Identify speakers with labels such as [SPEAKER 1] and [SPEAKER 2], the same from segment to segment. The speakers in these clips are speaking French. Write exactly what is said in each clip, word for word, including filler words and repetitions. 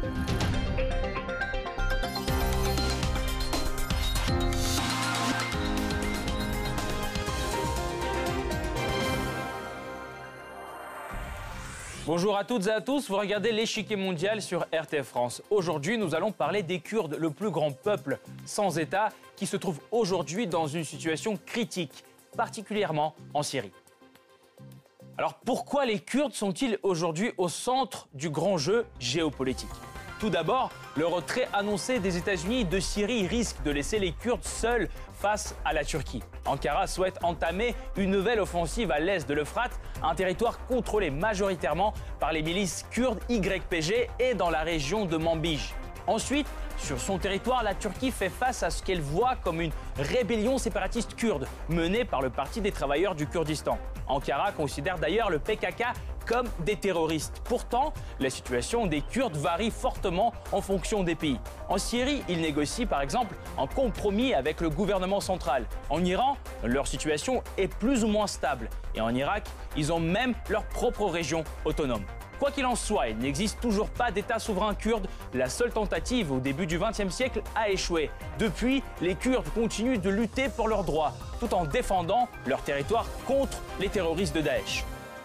[SPEAKER 1] Bonjour à toutes et à tous, vous regardez l'échiquier mondial sur R T F France. Aujourd'hui, nous allons parler des Kurdes, le plus grand peuple sans État qui se trouve aujourd'hui dans une situation critique, particulièrement en Syrie. Alors pourquoi les Kurdes sont-ils aujourd'hui au centre du grand jeu géopolitique ? Tout d'abord, le retrait annoncé des États-Unis de Syrie risque de laisser les Kurdes seuls face à la Turquie. Ankara souhaite entamer une nouvelle offensive à l'est de l'Euphrate, un territoire contrôlé majoritairement par les milices kurdes Y P G et dans la région de Manbij. Ensuite, sur son territoire, la Turquie fait face à ce qu'elle voit comme une rébellion séparatiste kurde menée par le Parti des travailleurs du Kurdistan. Ankara considère d'ailleurs le P K K comme des terroristes. Pourtant, la situation des Kurdes varie fortement en fonction des pays. En Syrie, ils négocient par exemple un compromis avec le gouvernement central. En Iran, leur situation est plus ou moins stable. Et en Irak, ils ont même leur propre région autonome. Quoi qu'il en soit, il n'existe toujours pas d'État souverain kurde. La seule tentative au début du vingtième siècle a échoué. Depuis, les Kurdes continuent de lutter pour leurs droits, tout en défendant leur territoire contre les terroristes de Daesh.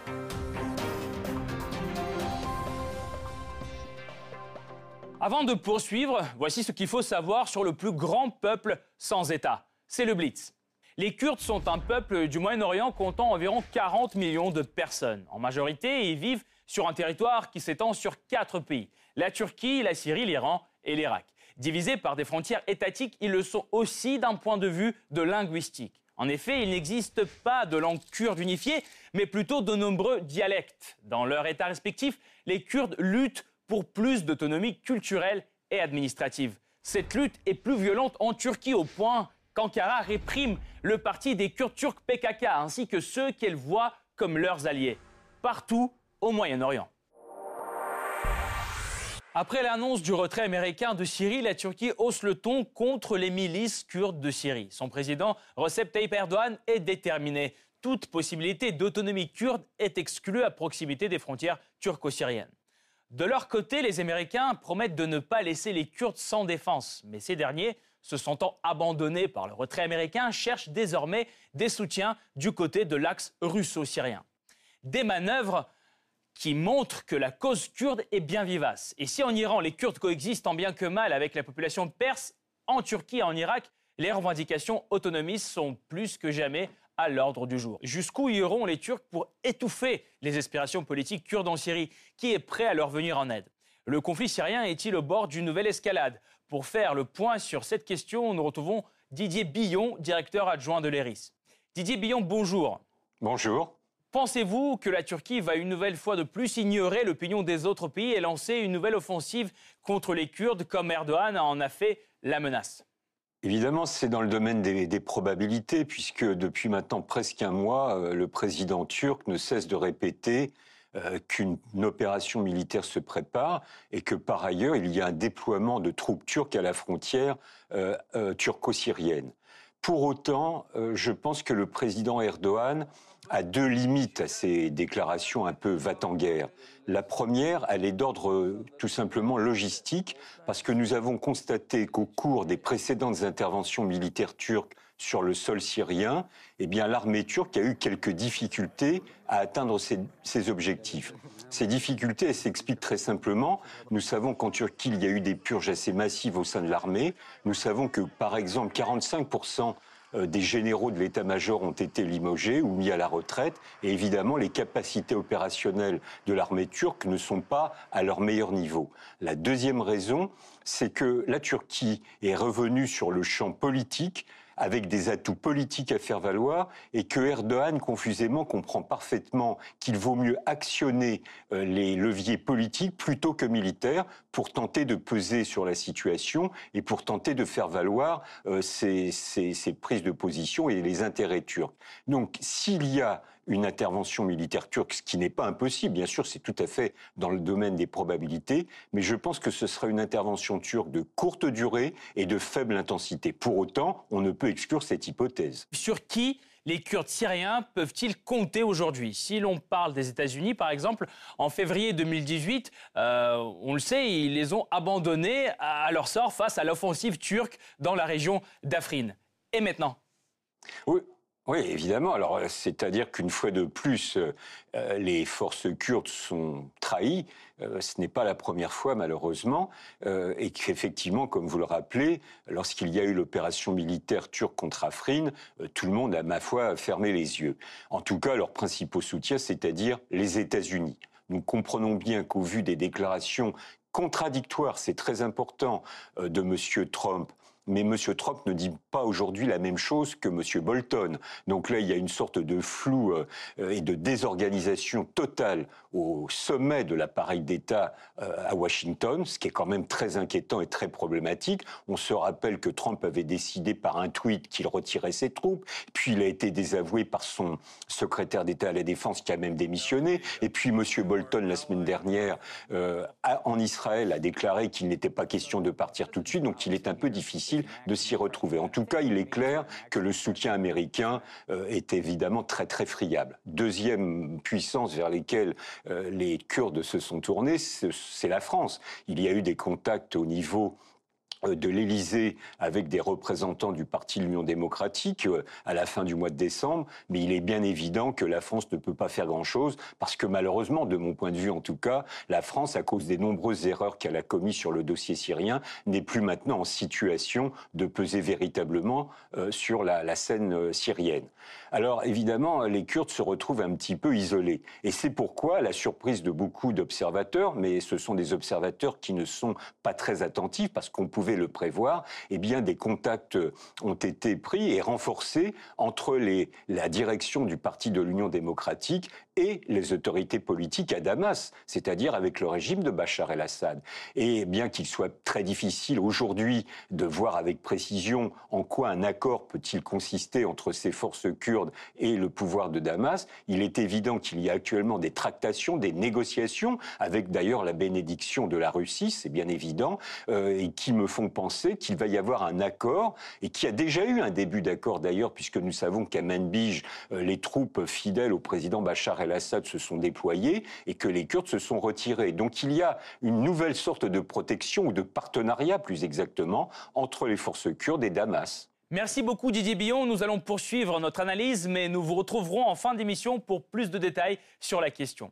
[SPEAKER 1] Avant de poursuivre, voici ce qu'il faut savoir sur le plus grand peuple sans État. C'est le Blitz. Les Kurdes sont un peuple du Moyen-Orient comptant environ quarante millions de personnes. En majorité, ils vivent sur un territoire qui s'étend sur quatre pays. La Turquie, la Syrie, l'Iran et l'Irak. Divisés par des frontières étatiques, ils le sont aussi d'un point de vue de linguistique. En effet, il n'existe pas de langue kurde unifiée, mais plutôt de nombreux dialectes. Dans leur état respectif, les Kurdes luttent pour plus d'autonomie culturelle et administrative. Cette lutte est plus violente en Turquie au point qu'Ankara réprime le parti des Kurdes turcs P K K ainsi que ceux qu'elle voit comme leurs alliés, partout au Moyen-Orient. Après l'annonce du retrait américain de Syrie, la Turquie hausse le ton contre les milices kurdes de Syrie. Son président Recep Tayyip Erdogan est déterminé. Toute possibilité d'autonomie kurde est exclue à proximité des frontières turco-syriennes. De leur côté, les Américains promettent de ne pas laisser les Kurdes sans défense. Mais ces derniers, se sentant abandonnés par le retrait américain, cherchent désormais des soutiens du côté de l'axe russo-syrien. Des manœuvres qui montrent que la cause kurde est bien vivace. Et si en Iran, les Kurdes coexistent tant bien que mal avec la population perse, en Turquie et en Irak, les revendications autonomistes sont plus que jamais à l'ordre du jour. Jusqu'où iront les Turcs pour étouffer les aspirations politiques kurdes en Syrie? Qui est prêt à leur venir en aide? Le conflit syrien est-il au bord d'une nouvelle escalade? Pour faire le point sur cette question, nous retrouvons Didier Billon, directeur adjoint de l'E R I S. Didier Billon, bonjour.
[SPEAKER 2] Bonjour.
[SPEAKER 1] Pensez-vous que la Turquie va une nouvelle fois de plus ignorer l'opinion des autres pays et lancer une nouvelle offensive contre les Kurdes comme Erdogan en a fait la menace?
[SPEAKER 2] Évidemment, c'est dans le domaine des, des probabilités, puisque depuis maintenant presque un mois, euh, le président turc ne cesse de répéter euh, qu'une opération militaire se prépare et que par ailleurs, il y a un déploiement de troupes turques à la frontière euh, euh, turco-syrienne. Pour autant, euh, je pense que le président Erdogan a deux limites à ces déclarations un peu va-t-en-guerre. La première, elle est d'ordre euh, tout simplement logistique, parce que nous avons constaté qu'au cours des précédentes interventions militaires turques sur le sol syrien, eh bien, l'armée turque a eu quelques difficultés à atteindre ses, ses objectifs. Ces difficultés, elles s'expliquent très simplement. Nous savons qu'en Turquie, il y a eu des purges assez massives au sein de l'armée. Nous savons que, par exemple, quarante-cinq pour cent des généraux de l'état-major ont été limogés ou mis à la retraite. Et évidemment, les capacités opérationnelles de l'armée turque ne sont pas à leur meilleur niveau. La deuxième raison, c'est que la Turquie est revenue sur le champ politique avec des atouts politiques à faire valoir et que Erdogan, confusément, comprend parfaitement qu'il vaut mieux actionner euh, les leviers politiques plutôt que militaires pour tenter de peser sur la situation et pour tenter de faire valoir euh, ses, ses, ses prises de position et les intérêts turcs. Donc, s'il y a une intervention militaire turque, ce qui n'est pas impossible, bien sûr, c'est tout à fait dans le domaine des probabilités, mais je pense que ce sera une intervention turque de courte durée et de faible intensité. Pour autant, on ne peut exclure cette hypothèse.
[SPEAKER 1] Sur qui Les Kurdes syriens peuvent-ils compter aujourd'hui? Si l'on parle des États-Unis, par exemple, en février deux mille dix-huit, euh, on le sait, ils les ont abandonnés à leur sort face à l'offensive turque dans la région d'Afrin. Et maintenant?
[SPEAKER 2] Oui. Oui, évidemment. Alors, c'est-à-dire qu'une fois de plus, euh, les forces kurdes sont trahies. Euh, ce n'est pas la première fois, malheureusement, euh, et qu'effectivement, comme vous le rappelez, lorsqu'il y a eu l'opération militaire turque contre Afrin, euh, tout le monde a, ma foi, fermé les yeux. En tout cas, leurs principaux soutiens, c'est-à-dire les États-Unis. Nous comprenons bien qu'au vu des déclarations contradictoires, c'est très important, euh, de M. Trump, mais M. Trump ne dit pas aujourd'hui la même chose que M. Bolton. Donc là, il y a une sorte de flou euh, et de désorganisation totale au sommet de l'appareil d'État euh, à Washington, ce qui est quand même très inquiétant et très problématique. On se rappelle que Trump avait décidé par un tweet qu'il retirait ses troupes, puis il a été désavoué par son secrétaire d'État à la Défense qui a même démissionné, et puis M. Bolton, la semaine dernière, euh, a, en Israël, a déclaré qu'il n'était pas question de partir tout de suite, donc il est un peu difficile de s'y retrouver. En tout cas, il est clair que le soutien américain euh, est évidemment très très friable. Deuxième puissance vers laquelle euh, les Kurdes se sont tournés, c'est la France. Il y a eu des contacts au niveau de l'Élysée avec des représentants du Parti de l'Union démocratique euh, à la fin du mois de décembre, mais il est bien évident que la France ne peut pas faire grand-chose parce que malheureusement, de mon point de vue en tout cas, la France, à cause des nombreuses erreurs qu'elle a commises sur le dossier syrien, n'est plus maintenant en situation de peser véritablement euh, sur la, la scène euh, syrienne. Alors évidemment, les Kurdes se retrouvent un petit peu isolés. Et c'est pourquoi, à la surprise de beaucoup d'observateurs, mais ce sont des observateurs qui ne sont pas très attentifs parce qu'on pouvait le prévoir, eh bien des contacts ont été pris et renforcés entre les, la direction du Parti de l'Union démocratique et les autorités politiques à Damas, c'est-à-dire avec le régime de Bachar el-Assad. Et bien qu'il soit très difficile aujourd'hui de voir avec précision en quoi un accord peut-il consister entre ces forces kurdes et le pouvoir de Damas, il est évident qu'il y a actuellement des tractations, des négociations, avec d'ailleurs la bénédiction de la Russie, c'est bien évident, euh, et qui me font penser qu'il va y avoir un accord, et qu'il y a déjà eu un début d'accord d'ailleurs, puisque nous savons qu'à Manbij, euh, les troupes fidèles au président Bachar el-Assad se sont déployées et que les Kurdes se sont retirés. Donc il y a une nouvelle sorte de protection, ou de partenariat plus exactement, entre les forces kurdes et Damas.
[SPEAKER 1] Merci beaucoup Didier Billon. Nous allons poursuivre notre analyse, mais nous vous retrouverons en fin d'émission pour plus de détails sur la question.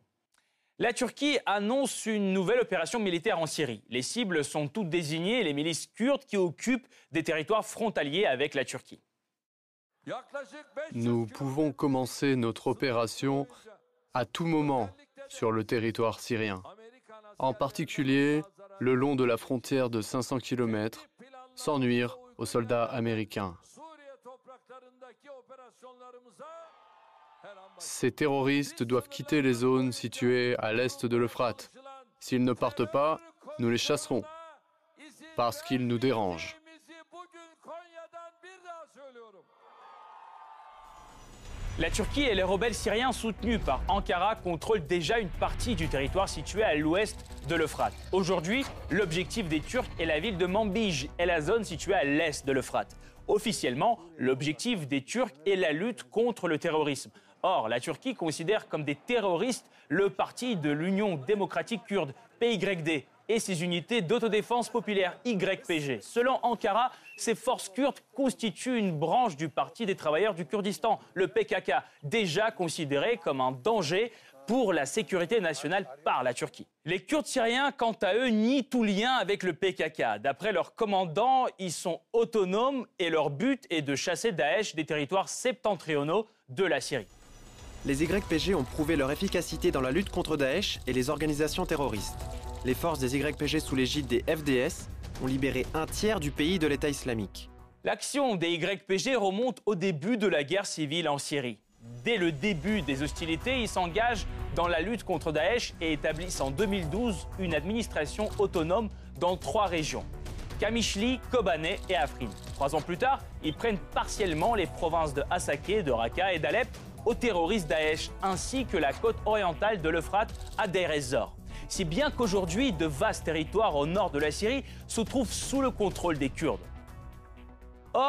[SPEAKER 1] La Turquie annonce une nouvelle opération militaire en Syrie. Les cibles sont toutes désignées, les milices kurdes qui occupent des territoires frontaliers avec la Turquie.
[SPEAKER 3] Nous pouvons commencer notre opération à tout moment sur le territoire syrien, en particulier le long de la frontière de cinq cents kilomètres, sans nuire aux soldats américains. Ces terroristes doivent quitter les zones situées à l'est de l'Euphrate. S'ils ne partent pas, nous les chasserons, parce qu'ils nous dérangent.
[SPEAKER 1] La Turquie et les rebelles syriens soutenus par Ankara contrôlent déjà une partie du territoire situé à l'ouest de l'Euphrate. Aujourd'hui, l'objectif des Turcs est la ville de Manbij et la zone située à l'est de l'Euphrate. Officiellement, l'objectif des Turcs est la lutte contre le terrorisme. Or, la Turquie considère comme des terroristes le parti de l'Union démocratique kurde, P Y D, et ses unités d'autodéfense populaire, Y P G. Selon Ankara, ces forces kurdes constituent une branche du Parti des travailleurs du Kurdistan, le P K K, déjà considéré comme un danger pour la sécurité nationale par la Turquie. Les Kurdes syriens, quant à eux, nient tout lien avec le P K K. D'après leur commandant, ils sont autonomes et leur but est de chasser Daesh des territoires septentrionaux de la Syrie.
[SPEAKER 4] Les Y P G ont prouvé leur efficacité dans la lutte contre Daesh et les organisations terroristes. Les forces des Y P G sous l'égide des F D S ont libéré un tiers du pays de l'État islamique.
[SPEAKER 1] L'action des Y P G remonte au début de la guerre civile en Syrie. Dès le début des hostilités, ils s'engagent dans la lutte contre Daesh et établissent en deux mille douze une administration autonome dans trois régions: Kamishli, Kobané et Afrin. Trois ans plus tard, ils prennent partiellement les provinces de Hasakeh, de Raqqa et d'Alep aux terroristes Daesh, ainsi que la côte orientale de l'Euphrate à Deir ez-Zor. Si bien qu'aujourd'hui, de vastes territoires au nord de la Syrie se trouvent sous le contrôle des Kurdes. Or,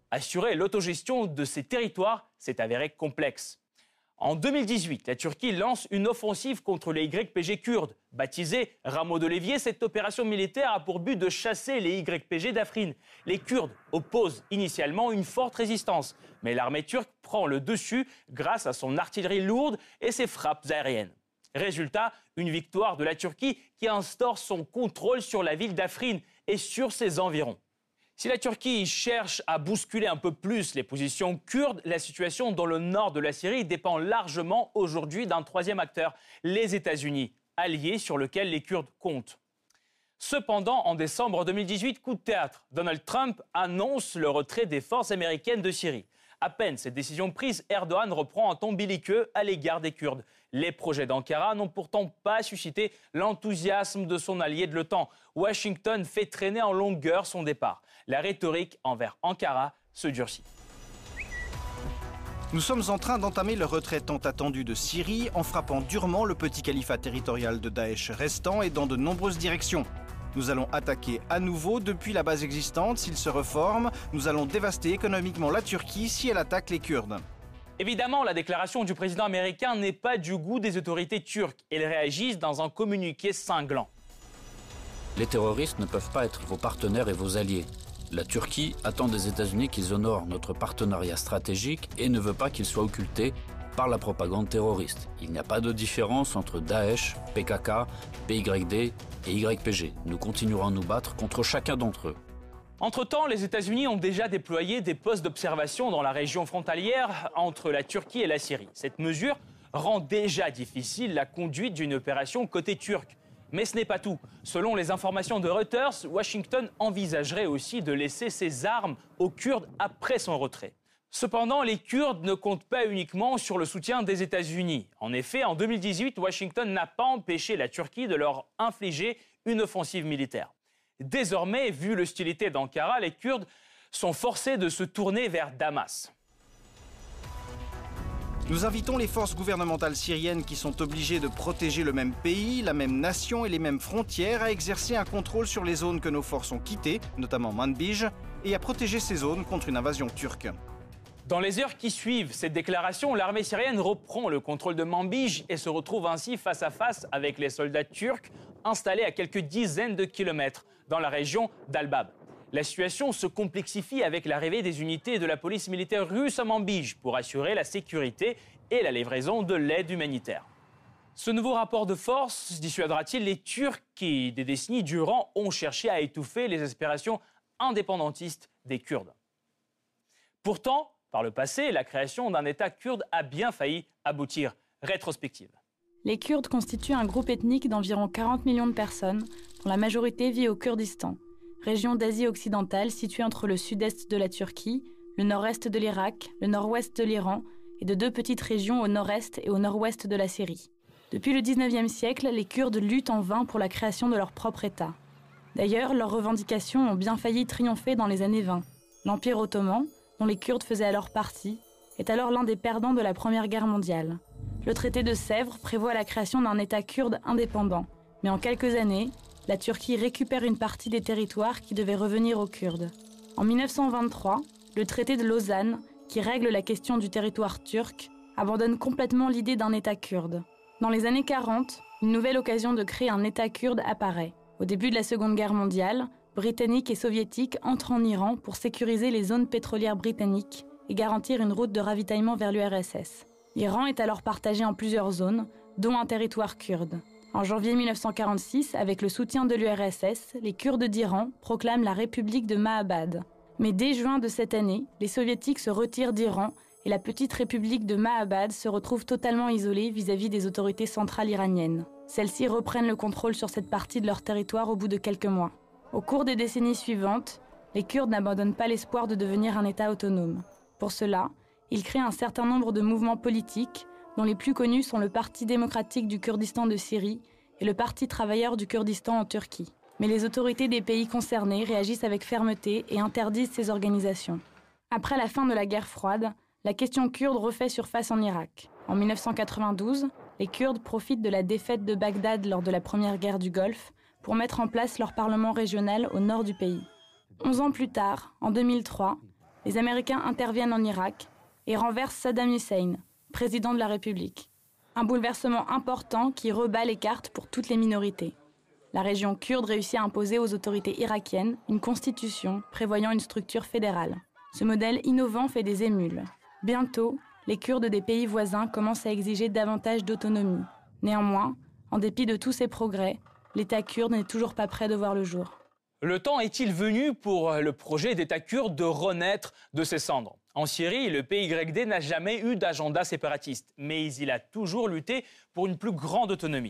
[SPEAKER 1] assurer l'autogestion de ces territoires s'est avéré complexe. En deux mille dix-huit, la Turquie lance une offensive contre les Y P G kurdes. Baptisée Rameau de l'évier, cette opération militaire a pour but de chasser les Y P G d'Afrine. Les Kurdes opposent initialement une forte résistance, mais l'armée turque prend le dessus grâce à son artillerie lourde et ses frappes aériennes. Résultat, une victoire de la Turquie qui instaure son contrôle sur la ville d'Afrine et sur ses environs. Si la Turquie cherche à bousculer un peu plus les positions kurdes, la situation dans le nord de la Syrie dépend largement aujourd'hui d'un troisième acteur, les États-Unis, alliés sur lequel les Kurdes comptent. Cependant, en décembre deux mille dix-huit, coup de théâtre, Donald Trump annonce le retrait des forces américaines de Syrie. À peine cette décision prise, Erdogan reprend un ton belliqueux à l'égard des Kurdes. Les projets d'Ankara n'ont pourtant pas suscité l'enthousiasme de son allié de l'OTAN. Washington fait traîner en longueur son départ. La rhétorique envers Ankara se durcit.
[SPEAKER 5] Nous sommes en train d'entamer le retrait tant attendu de Syrie en frappant durement le petit califat territorial de Daesh restant et dans de nombreuses directions. Nous allons attaquer à nouveau depuis la base existante s'il se reforme. Nous allons dévaster économiquement la Turquie si elle attaque les Kurdes.
[SPEAKER 1] Évidemment, la déclaration du président américain n'est pas du goût des autorités turques. Elles réagissent dans un communiqué cinglant.
[SPEAKER 6] Les terroristes ne peuvent pas être vos partenaires et vos alliés. La Turquie attend des États-Unis qu'ils honorent notre partenariat stratégique et ne veut pas qu'il soit occulté par la propagande terroriste. Il n'y a pas de différence entre Daesh, P K K, P Y D et Y P G. Nous continuerons à nous battre contre chacun d'entre eux.
[SPEAKER 1] Entre-temps, les États-Unis ont déjà déployé des postes d'observation dans la région frontalière entre la Turquie et la Syrie. Cette mesure rend déjà difficile la conduite d'une opération côté turc. Mais ce n'est pas tout. Selon les informations de Reuters, Washington envisagerait aussi de laisser ses armes aux Kurdes après son retrait. Cependant, les Kurdes ne comptent pas uniquement sur le soutien des États-Unis. En effet, en deux mille dix-huit, Washington n'a pas empêché la Turquie de leur infliger une offensive militaire. Désormais, vu l'hostilité d'Ankara, les Kurdes sont forcés de se tourner vers Damas.
[SPEAKER 5] Nous invitons les forces gouvernementales syriennes qui sont obligées de protéger le même pays, la même nation et les mêmes frontières à exercer un contrôle sur les zones que nos forces ont quittées, notamment Manbij, et à protéger ces zones contre une invasion turque.
[SPEAKER 1] Dans les heures qui suivent cette déclaration, l'armée syrienne reprend le contrôle de Manbij et se retrouve ainsi face à face avec les soldats turcs installés à quelques dizaines de kilomètres dans la région d'Al-Bab. La situation se complexifie avec l'arrivée des unités de la police militaire russe à Manbij pour assurer la sécurité et la livraison de l'aide humanitaire. Ce nouveau rapport de force dissuadera-t-il les Turcs qui, des décennies durant, ont cherché à étouffer les aspirations indépendantistes des Kurdes? Pourtant, par le passé, la création d'un État kurde a bien failli aboutir. Rétrospective.
[SPEAKER 7] Les Kurdes constituent un groupe ethnique d'environ quarante millions de personnes, dont la majorité vit au Kurdistan, région d'Asie occidentale située entre le sud-est de la Turquie, le nord-est de l'Irak, le nord-ouest de l'Iran et de deux petites régions au nord-est et au nord-ouest de la Syrie. Depuis le dix-neuvième siècle, les Kurdes luttent en vain pour la création de leur propre État. D'ailleurs, leurs revendications ont bien failli triompher dans les années vingt. L'Empire ottoman, dont les Kurdes faisaient alors partie, est alors l'un des perdants de la Première Guerre mondiale. Le traité de Sèvres prévoit la création d'un État kurde indépendant, mais en quelques années, la Turquie récupère une partie des territoires qui devaient revenir aux Kurdes. En mille neuf cent vingt-trois, le traité de Lausanne, qui règle la question du territoire turc, abandonne complètement l'idée d'un État kurde. Dans les années quarante, une nouvelle occasion de créer un État kurde apparaît. Au début de la Seconde Guerre mondiale, Britanniques et Soviétiques entrent en Iran pour sécuriser les zones pétrolières britanniques et garantir une route de ravitaillement vers l'U R S S. L'Iran est alors partagé en plusieurs zones, dont un territoire kurde. En janvier mille neuf cent quarante-six, avec le soutien de l'U R S S, les Kurdes d'Iran proclament la République de Mahabad. Mais dès juin de cette année, les Soviétiques se retirent d'Iran et la petite République de Mahabad se retrouve totalement isolée vis-à-vis des autorités centrales iraniennes. Celles-ci reprennent le contrôle sur cette partie de leur territoire au bout de quelques mois. Au cours des décennies suivantes, les Kurdes n'abandonnent pas l'espoir de devenir un État autonome. Pour cela, ils créent un certain nombre de mouvements politiques, dont les plus connus sont le Parti démocratique du Kurdistan de Syrie et le Parti travailleur du Kurdistan en Turquie. Mais les autorités des pays concernés réagissent avec fermeté et interdisent ces organisations. Après la fin de la guerre froide, la question kurde refait surface en Irak. En mille neuf cent quatre-vingt-douze, les Kurdes profitent de la défaite de Bagdad lors de la première guerre du Golfe pour mettre en place leur parlement régional au nord du pays. Onze ans plus tard, en deux mille trois, les Américains interviennent en Irak et renversent Saddam Hussein, président de la République. Un bouleversement important qui rebat les cartes pour toutes les minorités. La région kurde réussit à imposer aux autorités irakiennes une constitution prévoyant une structure fédérale. Ce modèle innovant fait des émules. Bientôt, les Kurdes des pays voisins commencent à exiger davantage d'autonomie. Néanmoins, en dépit de tous ces progrès, l'État kurde n'est toujours pas prêt de voir le jour.
[SPEAKER 1] Le temps est-il venu pour le projet d'État kurde de renaître de ses cendres? En Syrie, le P Y D n'a jamais eu d'agenda séparatiste, mais il a toujours lutté pour une plus grande autonomie.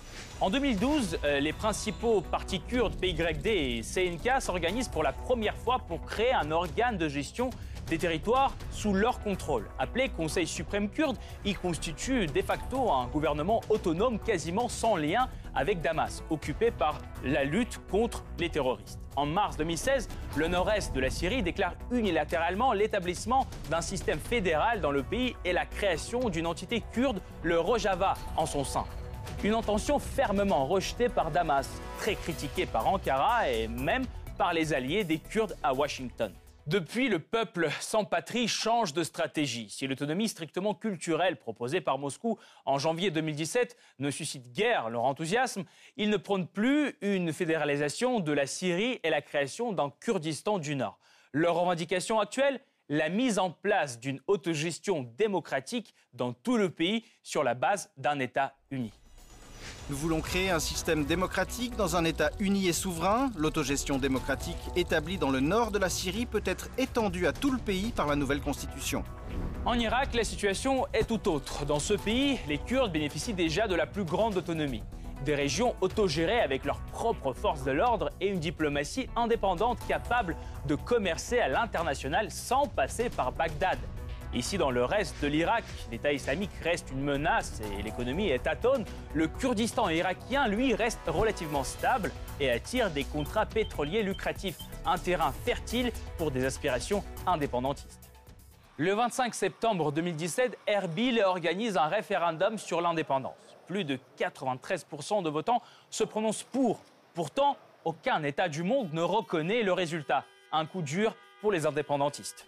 [SPEAKER 1] En deux mille douze, les principaux partis kurdes P Y D et C N K s'organisent pour la première fois pour créer un organe de gestion des territoires sous leur contrôle. Appelé Conseil suprême kurde, il constitue de facto un gouvernement autonome quasiment sans lien avec Damas, occupé par la lutte contre les terroristes. En mars deux mille seize, le nord-est de la Syrie déclare unilatéralement l'établissement d'un système fédéral dans le pays et la création d'une entité kurde, le Rojava, en son sein. Une intention fermement rejetée par Damas, très critiquée par Ankara et même par les alliés des Kurdes à Washington. Depuis, le peuple sans patrie change de stratégie. Si l'autonomie strictement culturelle proposée par Moscou en janvier deux mille dix-sept ne suscite guère leur enthousiasme, ils ne prônent plus une fédéralisation de la Syrie et la création d'un Kurdistan du Nord. Leur revendication actuelle, la mise en place d'une autogestion démocratique dans tout le pays sur la base d'un État uni.
[SPEAKER 5] Nous voulons créer un système démocratique dans un État uni et souverain. L'autogestion démocratique établie dans le nord de la Syrie peut être étendue à tout le pays par la nouvelle constitution.
[SPEAKER 1] En Irak, la situation est tout autre. Dans ce pays, les Kurdes bénéficient déjà de la plus grande autonomie. Des régions autogérées avec leurs propres forces de l'ordre et une diplomatie indépendante capable de commercer à l'international sans passer par Bagdad. Ici, dans le reste de l'Irak, l'État islamique reste une menace et l'économie est atone. Le Kurdistan irakien, lui, reste relativement stable et attire des contrats pétroliers lucratifs, un terrain fertile pour des aspirations indépendantistes. Le vingt-cinq septembre deux mille dix-sept, Erbil organise un référendum sur l'indépendance. Plus de quatre-vingt-treize pour cent de votants se prononcent pour. Pourtant, aucun État du monde ne reconnaît le résultat. Un coup dur pour les indépendantistes.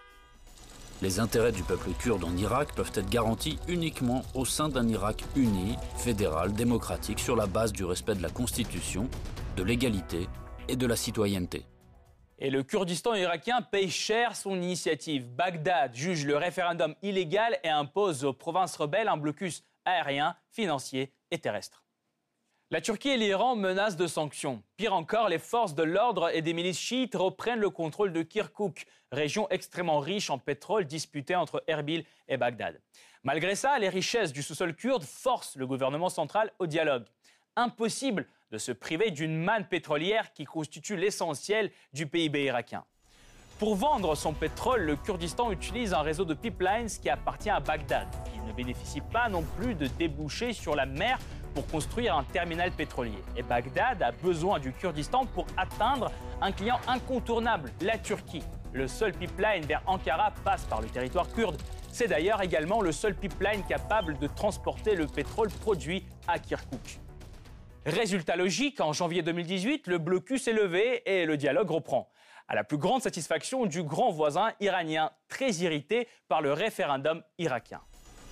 [SPEAKER 6] Les intérêts du peuple kurde en Irak peuvent être garantis uniquement au sein d'un Irak uni, fédéral, démocratique, sur la base du respect de la Constitution, de l'égalité et de la citoyenneté.
[SPEAKER 1] Et le Kurdistan irakien paye cher son initiative. Bagdad juge le référendum illégal et impose aux provinces rebelles un blocus aérien, financier et terrestre. La Turquie et l'Iran menacent de sanctions. Pire encore, les forces de l'ordre et des milices chiites reprennent le contrôle de Kirkouk, région extrêmement riche en pétrole disputée entre Erbil et Bagdad. Malgré ça, les richesses du sous-sol kurde forcent le gouvernement central au dialogue. Impossible de se priver d'une manne pétrolière qui constitue l'essentiel du P I B irakien. Pour vendre son pétrole, le Kurdistan utilise un réseau de pipelines qui appartient à Bagdad. Il ne bénéficie pas non plus de débouchés sur la mer pour construire un terminal pétrolier. Et Bagdad a besoin du Kurdistan pour atteindre un client incontournable, la Turquie. Le seul pipeline vers Ankara passe par le territoire kurde. C'est d'ailleurs également le seul pipeline capable de transporter le pétrole produit à Kirkouk. Résultat logique, en janvier deux mille dix-huit, le blocus est levé et le dialogue reprend. À la plus grande satisfaction du grand voisin iranien, très irrité par le référendum irakien.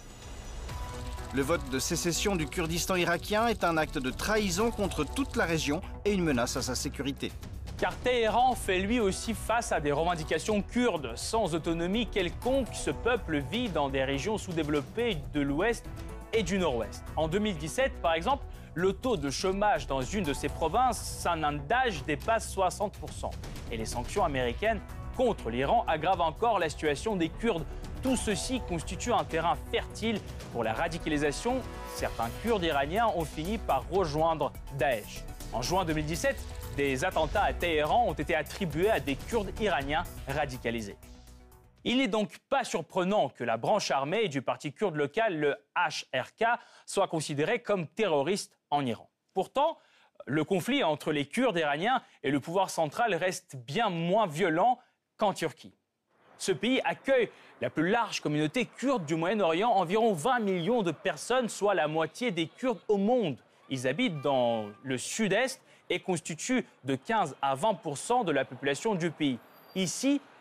[SPEAKER 5] Le vote de sécession du Kurdistan irakien est un acte de trahison contre toute la région et une menace à sa sécurité.
[SPEAKER 1] Car Téhéran fait lui aussi face à des revendications kurdes. Sans autonomie quelconque, ce peuple vit dans des régions sous-développées de l'ouest et du nord-ouest. En deux mille dix-sept, par exemple, le taux de chômage dans une de ces provinces, Sanandaj, dépasse soixante pour cent. Et les sanctions américaines contre l'Iran aggravent encore la situation des Kurdes. Tout ceci constitue un terrain fertile pour la radicalisation. Certains Kurdes iraniens ont fini par rejoindre Daesh. En juin deux mille dix-sept, des attentats à Téhéran ont été attribués à des Kurdes iraniens radicalisés. Il n'est donc pas surprenant que la branche armée du parti kurde local, le H R K, soit considérée comme terroriste en Iran. Pourtant, le conflit entre les Kurdes iraniens et le pouvoir central reste bien moins violent qu'en Turquie. Ce pays accueille la plus large communauté kurde du Moyen-Orient, environ vingt millions de personnes, soit la moitié des Kurdes au monde. Ils habitent dans le sud-est et constituent de quinze à vingt pour cent de la population du pays. Ici,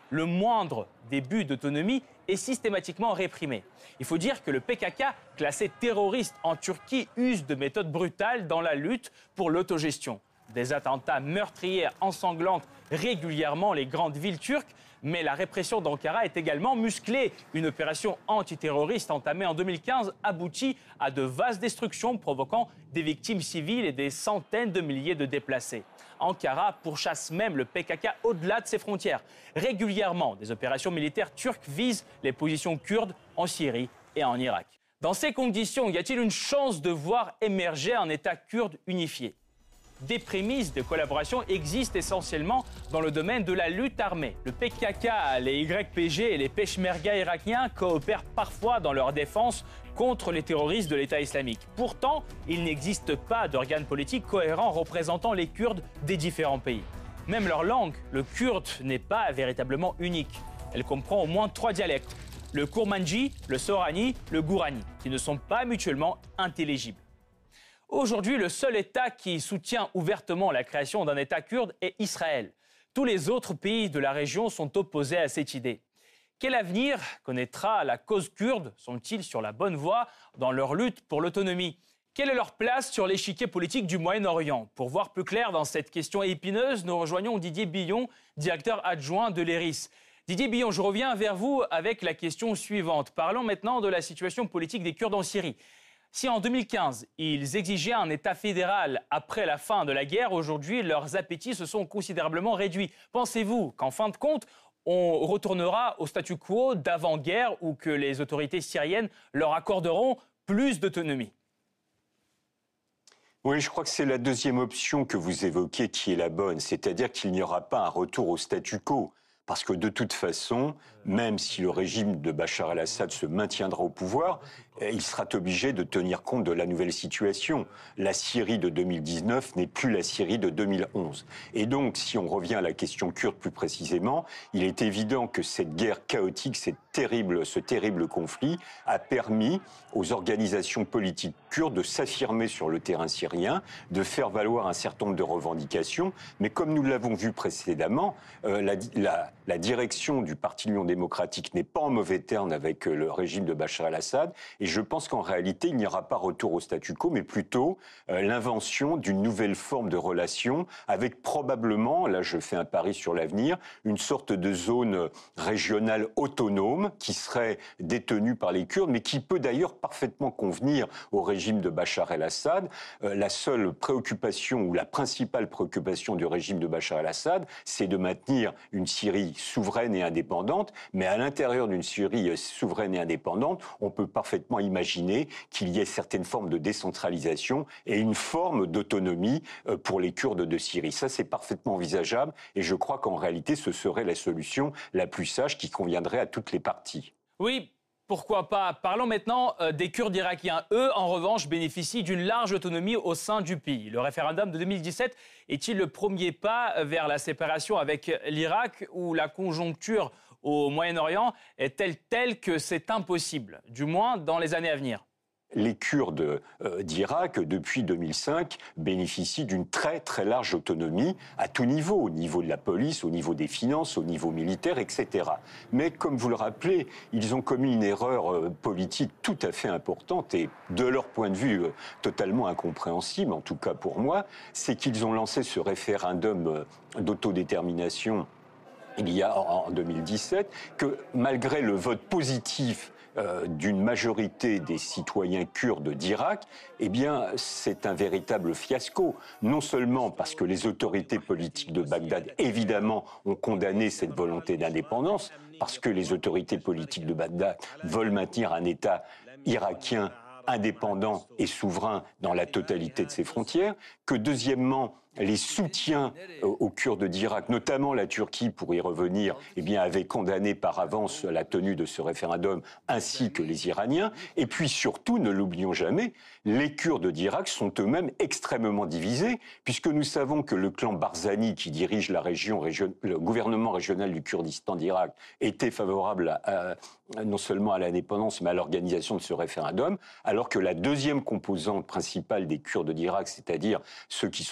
[SPEAKER 1] le moindre début d'autonomie est systématiquement réprimé. Il faut dire que le P K K, classé terroriste en Turquie, use de méthodes brutales dans la lutte pour l'autogestion. Des attentats meurtriers ensanglantent régulièrement les grandes villes turques, mais la répression d'Ankara est également musclée. Une opération antiterroriste entamée en deux mille quinze aboutit à de vastes destructions, provoquant des victimes civiles et des centaines de milliers de déplacés. Ankara pourchasse même le P K K au-delà de ses frontières. Régulièrement, des opérations militaires turques visent les positions kurdes en Syrie et en Irak. Dans ces conditions, y a-t-il une chance de voir émerger un État kurde unifié ? Des prémices de collaboration existent essentiellement dans le domaine de la lutte armée. Le P K K, les Y P G et les Peshmerga irakiens coopèrent parfois dans leur défense contre les terroristes de l'État islamique. Pourtant, il n'existe pas d'organe politique cohérent représentant les Kurdes des différents pays. Même leur langue, le kurde, n'est pas véritablement unique. Elle comprend au moins trois dialectes, le Kurmanji, le Sorani, le Gourani, qui ne sont pas mutuellement intelligibles. Aujourd'hui, le seul État qui soutient ouvertement la création d'un État kurde est Israël. Tous les autres pays de la région sont opposés à cette idée. Quel avenir connaîtra la cause kurde? Sont-ils sur la bonne voie dans leur lutte pour l'autonomie? Quelle est leur place sur l'échiquier politique du Moyen-Orient? Pour voir plus clair dans cette question épineuse, nous rejoignons Didier Billon, directeur adjoint de l'E R I S. Didier Billon, je reviens vers vous avec la question suivante. Parlons maintenant de la situation politique des Kurdes en Syrie. Si en deux mille quinze, ils exigeaient un État fédéral après la fin de la guerre, aujourd'hui, leurs appétits se sont considérablement réduits. Pensez-vous qu'en fin de compte, on retournera au statu quo d'avant-guerre ou que les autorités syriennes leur accorderont plus d'autonomie?
[SPEAKER 2] Oui, je crois que c'est la deuxième option que vous évoquez qui est la bonne, c'est-à-dire qu'il n'y aura pas un retour au statu quo. Parce que de toute façon, même si le régime de Bachar el-Assad se maintiendra au pouvoir, il sera obligé de tenir compte de la nouvelle situation. La Syrie de deux mille dix-neuf n'est plus la Syrie de deux mille onze. Et donc, si on revient à la question kurde plus précisément, il est évident que cette guerre chaotique, cette terrible, ce terrible conflit, a permis aux organisations politiques kurdes de s'affirmer sur le terrain syrien, de faire valoir un certain nombre de revendications. Mais comme nous l'avons vu précédemment, euh, la, la, la direction du Parti Union démocratique n'est pas en mauvais termes avec euh, le régime de Bachar el-Assad. Et je pense qu'en réalité, il n'y aura pas retour au statu quo, mais plutôt euh, l'invention d'une nouvelle forme de relation avec probablement, là je fais un pari sur l'avenir, une sorte de zone régionale autonome qui serait détenue par les Kurdes, mais qui peut d'ailleurs parfaitement convenir au régime de Bachar el-Assad. Euh, la seule préoccupation ou la principale préoccupation du régime de Bachar el-Assad, c'est de maintenir une Syrie souveraine et indépendante, mais à l'intérieur d'une Syrie souveraine et indépendante, on peut parfaitement imaginer qu'il y ait certaines formes de décentralisation et une forme d'autonomie pour les Kurdes de Syrie. Ça, c'est parfaitement envisageable et je crois qu'en réalité, ce serait la solution la plus sage qui conviendrait à toutes les parties.
[SPEAKER 1] Oui, pourquoi pas. Parlons maintenant euh, des Kurdes irakiens. Eux, en revanche, bénéficient d'une large autonomie au sein du pays. Le référendum de deux mille dix-sept est-il le premier pas vers la séparation avec l'Irak où la conjoncture au Moyen-Orient est-elle telle que c'est impossible, du moins dans les années à venir?
[SPEAKER 2] Les Kurdes euh, d'Irak, depuis deux mille cinq, bénéficient d'une très très large autonomie à tout niveau, au niveau de la police, au niveau des finances, au niveau militaire, et cetera. Mais comme vous le rappelez, ils ont commis une erreur euh, politique tout à fait importante et de leur point de vue euh, totalement incompréhensible, en tout cas pour moi, c'est qu'ils ont lancé ce référendum euh, d'autodétermination il y a en deux mille dix-sept, que malgré le vote positif euh, d'une majorité des citoyens kurdes d'Irak, eh bien, c'est un véritable fiasco. Non seulement parce que les autorités politiques de Bagdad, évidemment, ont condamné cette volonté d'indépendance, parce que les autorités politiques de Bagdad veulent maintenir un État irakien indépendant et souverain dans la totalité de ses frontières, que deuxièmement, les soutiens aux Kurdes d'Irak, notamment la Turquie, pour y revenir, eh bien, avaient condamné par avance la tenue de ce référendum, ainsi que les Iraniens. Et puis surtout, ne l'oublions jamais, les Kurdes d'Irak sont eux-mêmes extrêmement divisés, puisque nous savons que le clan Barzani, qui dirige la région, région le gouvernement régional du Kurdistan d'Irak, était favorable à, à, non seulement à l'indépendance, mais à l'organisation de ce référendum, alors que la deuxième composante principale des Kurdes d'Irak, c'est-à-dire ceux qui sont regroupés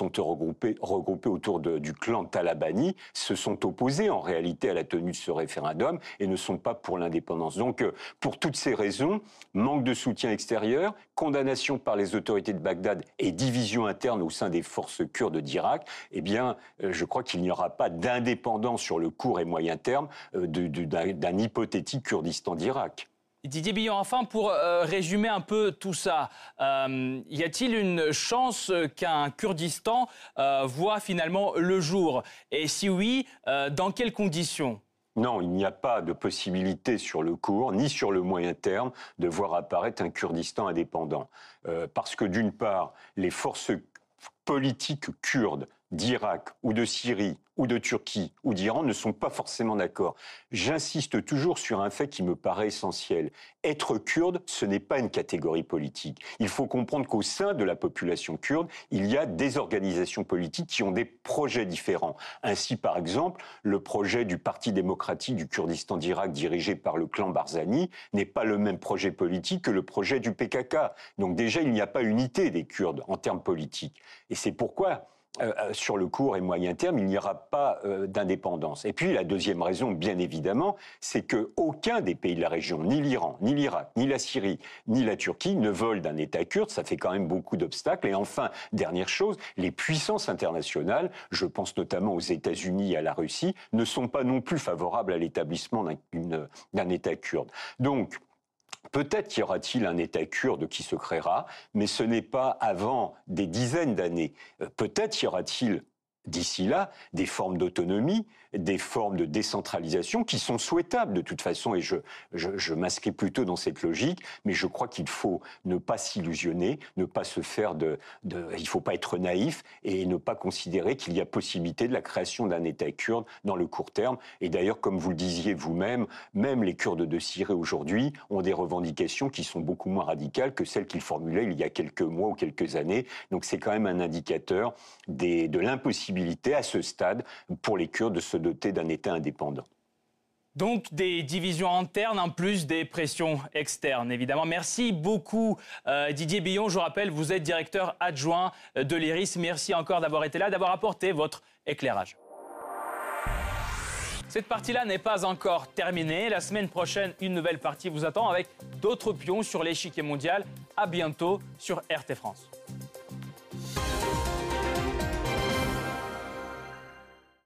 [SPEAKER 2] regroupés, regroupés autour de, du clan Talabani, se sont opposés en réalité à la tenue de ce référendum et ne sont pas pour l'indépendance. Donc, euh, pour toutes ces raisons, manque de soutien extérieur, condamnation par les autorités de Bagdad et division interne au sein des forces kurdes d'Irak, eh bien, euh, je crois qu'il n'y aura pas d'indépendance sur le court et moyen terme euh, de, de, d'un, d'un hypothétique Kurdistan d'Irak.
[SPEAKER 1] Didier Billon, enfin, pour euh, résumer un peu tout ça, euh, y a-t-il une chance qu'un Kurdistan euh, voit finalement le jour? Et si oui, euh, dans quelles conditions?
[SPEAKER 2] Non, il n'y a pas de possibilité sur le court ni sur le moyen terme de voir apparaître un Kurdistan indépendant. Euh, parce que d'une part, les forces politiques kurdes d'Irak ou de Syrie ou de Turquie ou d'Iran ne sont pas forcément d'accord. J'insiste toujours sur un fait qui me paraît essentiel. Être kurde, ce n'est pas une catégorie politique. Il faut comprendre qu'au sein de la population kurde, il y a des organisations politiques qui ont des projets différents. Ainsi, par exemple, le projet du Parti démocratique du Kurdistan d'Irak dirigé par le clan Barzani n'est pas le même projet politique que le projet du P K K. Donc déjà, il n'y a pas unité des Kurdes en termes politiques. Et c'est pourquoi Euh, sur le court et moyen terme, il n'y aura pas euh, d'indépendance. Et puis la deuxième raison, bien évidemment, c'est qu'aucun des pays de la région, ni l'Iran, ni l'Irak, ni la Syrie, ni la Turquie, ne veulent d'un État kurde. Ça fait quand même beaucoup d'obstacles. Et enfin, dernière chose, les puissances internationales, je pense notamment aux États-Unis et à la Russie, ne sont pas non plus favorables à l'établissement d'un, d'un État kurde. Donc, peut-être y aura-t-il un État kurde qui se créera, mais ce n'est pas avant des dizaines d'années. Peut-être y aura-t-il d'ici là des formes d'autonomie, des formes de décentralisation qui sont souhaitables de toute façon, et je, je, je m'inscris plutôt dans cette logique, mais je crois qu'il faut ne pas s'illusionner, ne pas se faire de, de... Il ne faut pas être naïf et ne pas considérer qu'il y a possibilité de la création d'un État kurde dans le court terme. Et d'ailleurs, comme vous le disiez vous-même, même les Kurdes de Syrie aujourd'hui ont des revendications qui sont beaucoup moins radicales que celles qu'ils formulaient il y a quelques mois ou quelques années. Donc c'est quand même un indicateur des, de l'impossibilité à ce stade pour les Kurdes de se doter d'un État indépendant.
[SPEAKER 1] Donc des divisions internes en plus des pressions externes, évidemment. Merci beaucoup euh, Didier Billon. Je vous rappelle, vous êtes directeur adjoint de l'I R I S. Merci encore d'avoir été là, d'avoir apporté votre éclairage. Cette partie-là n'est pas encore terminée. La semaine prochaine, une nouvelle partie vous attend avec d'autres pions sur l'échiquier mondial. À bientôt sur R T France.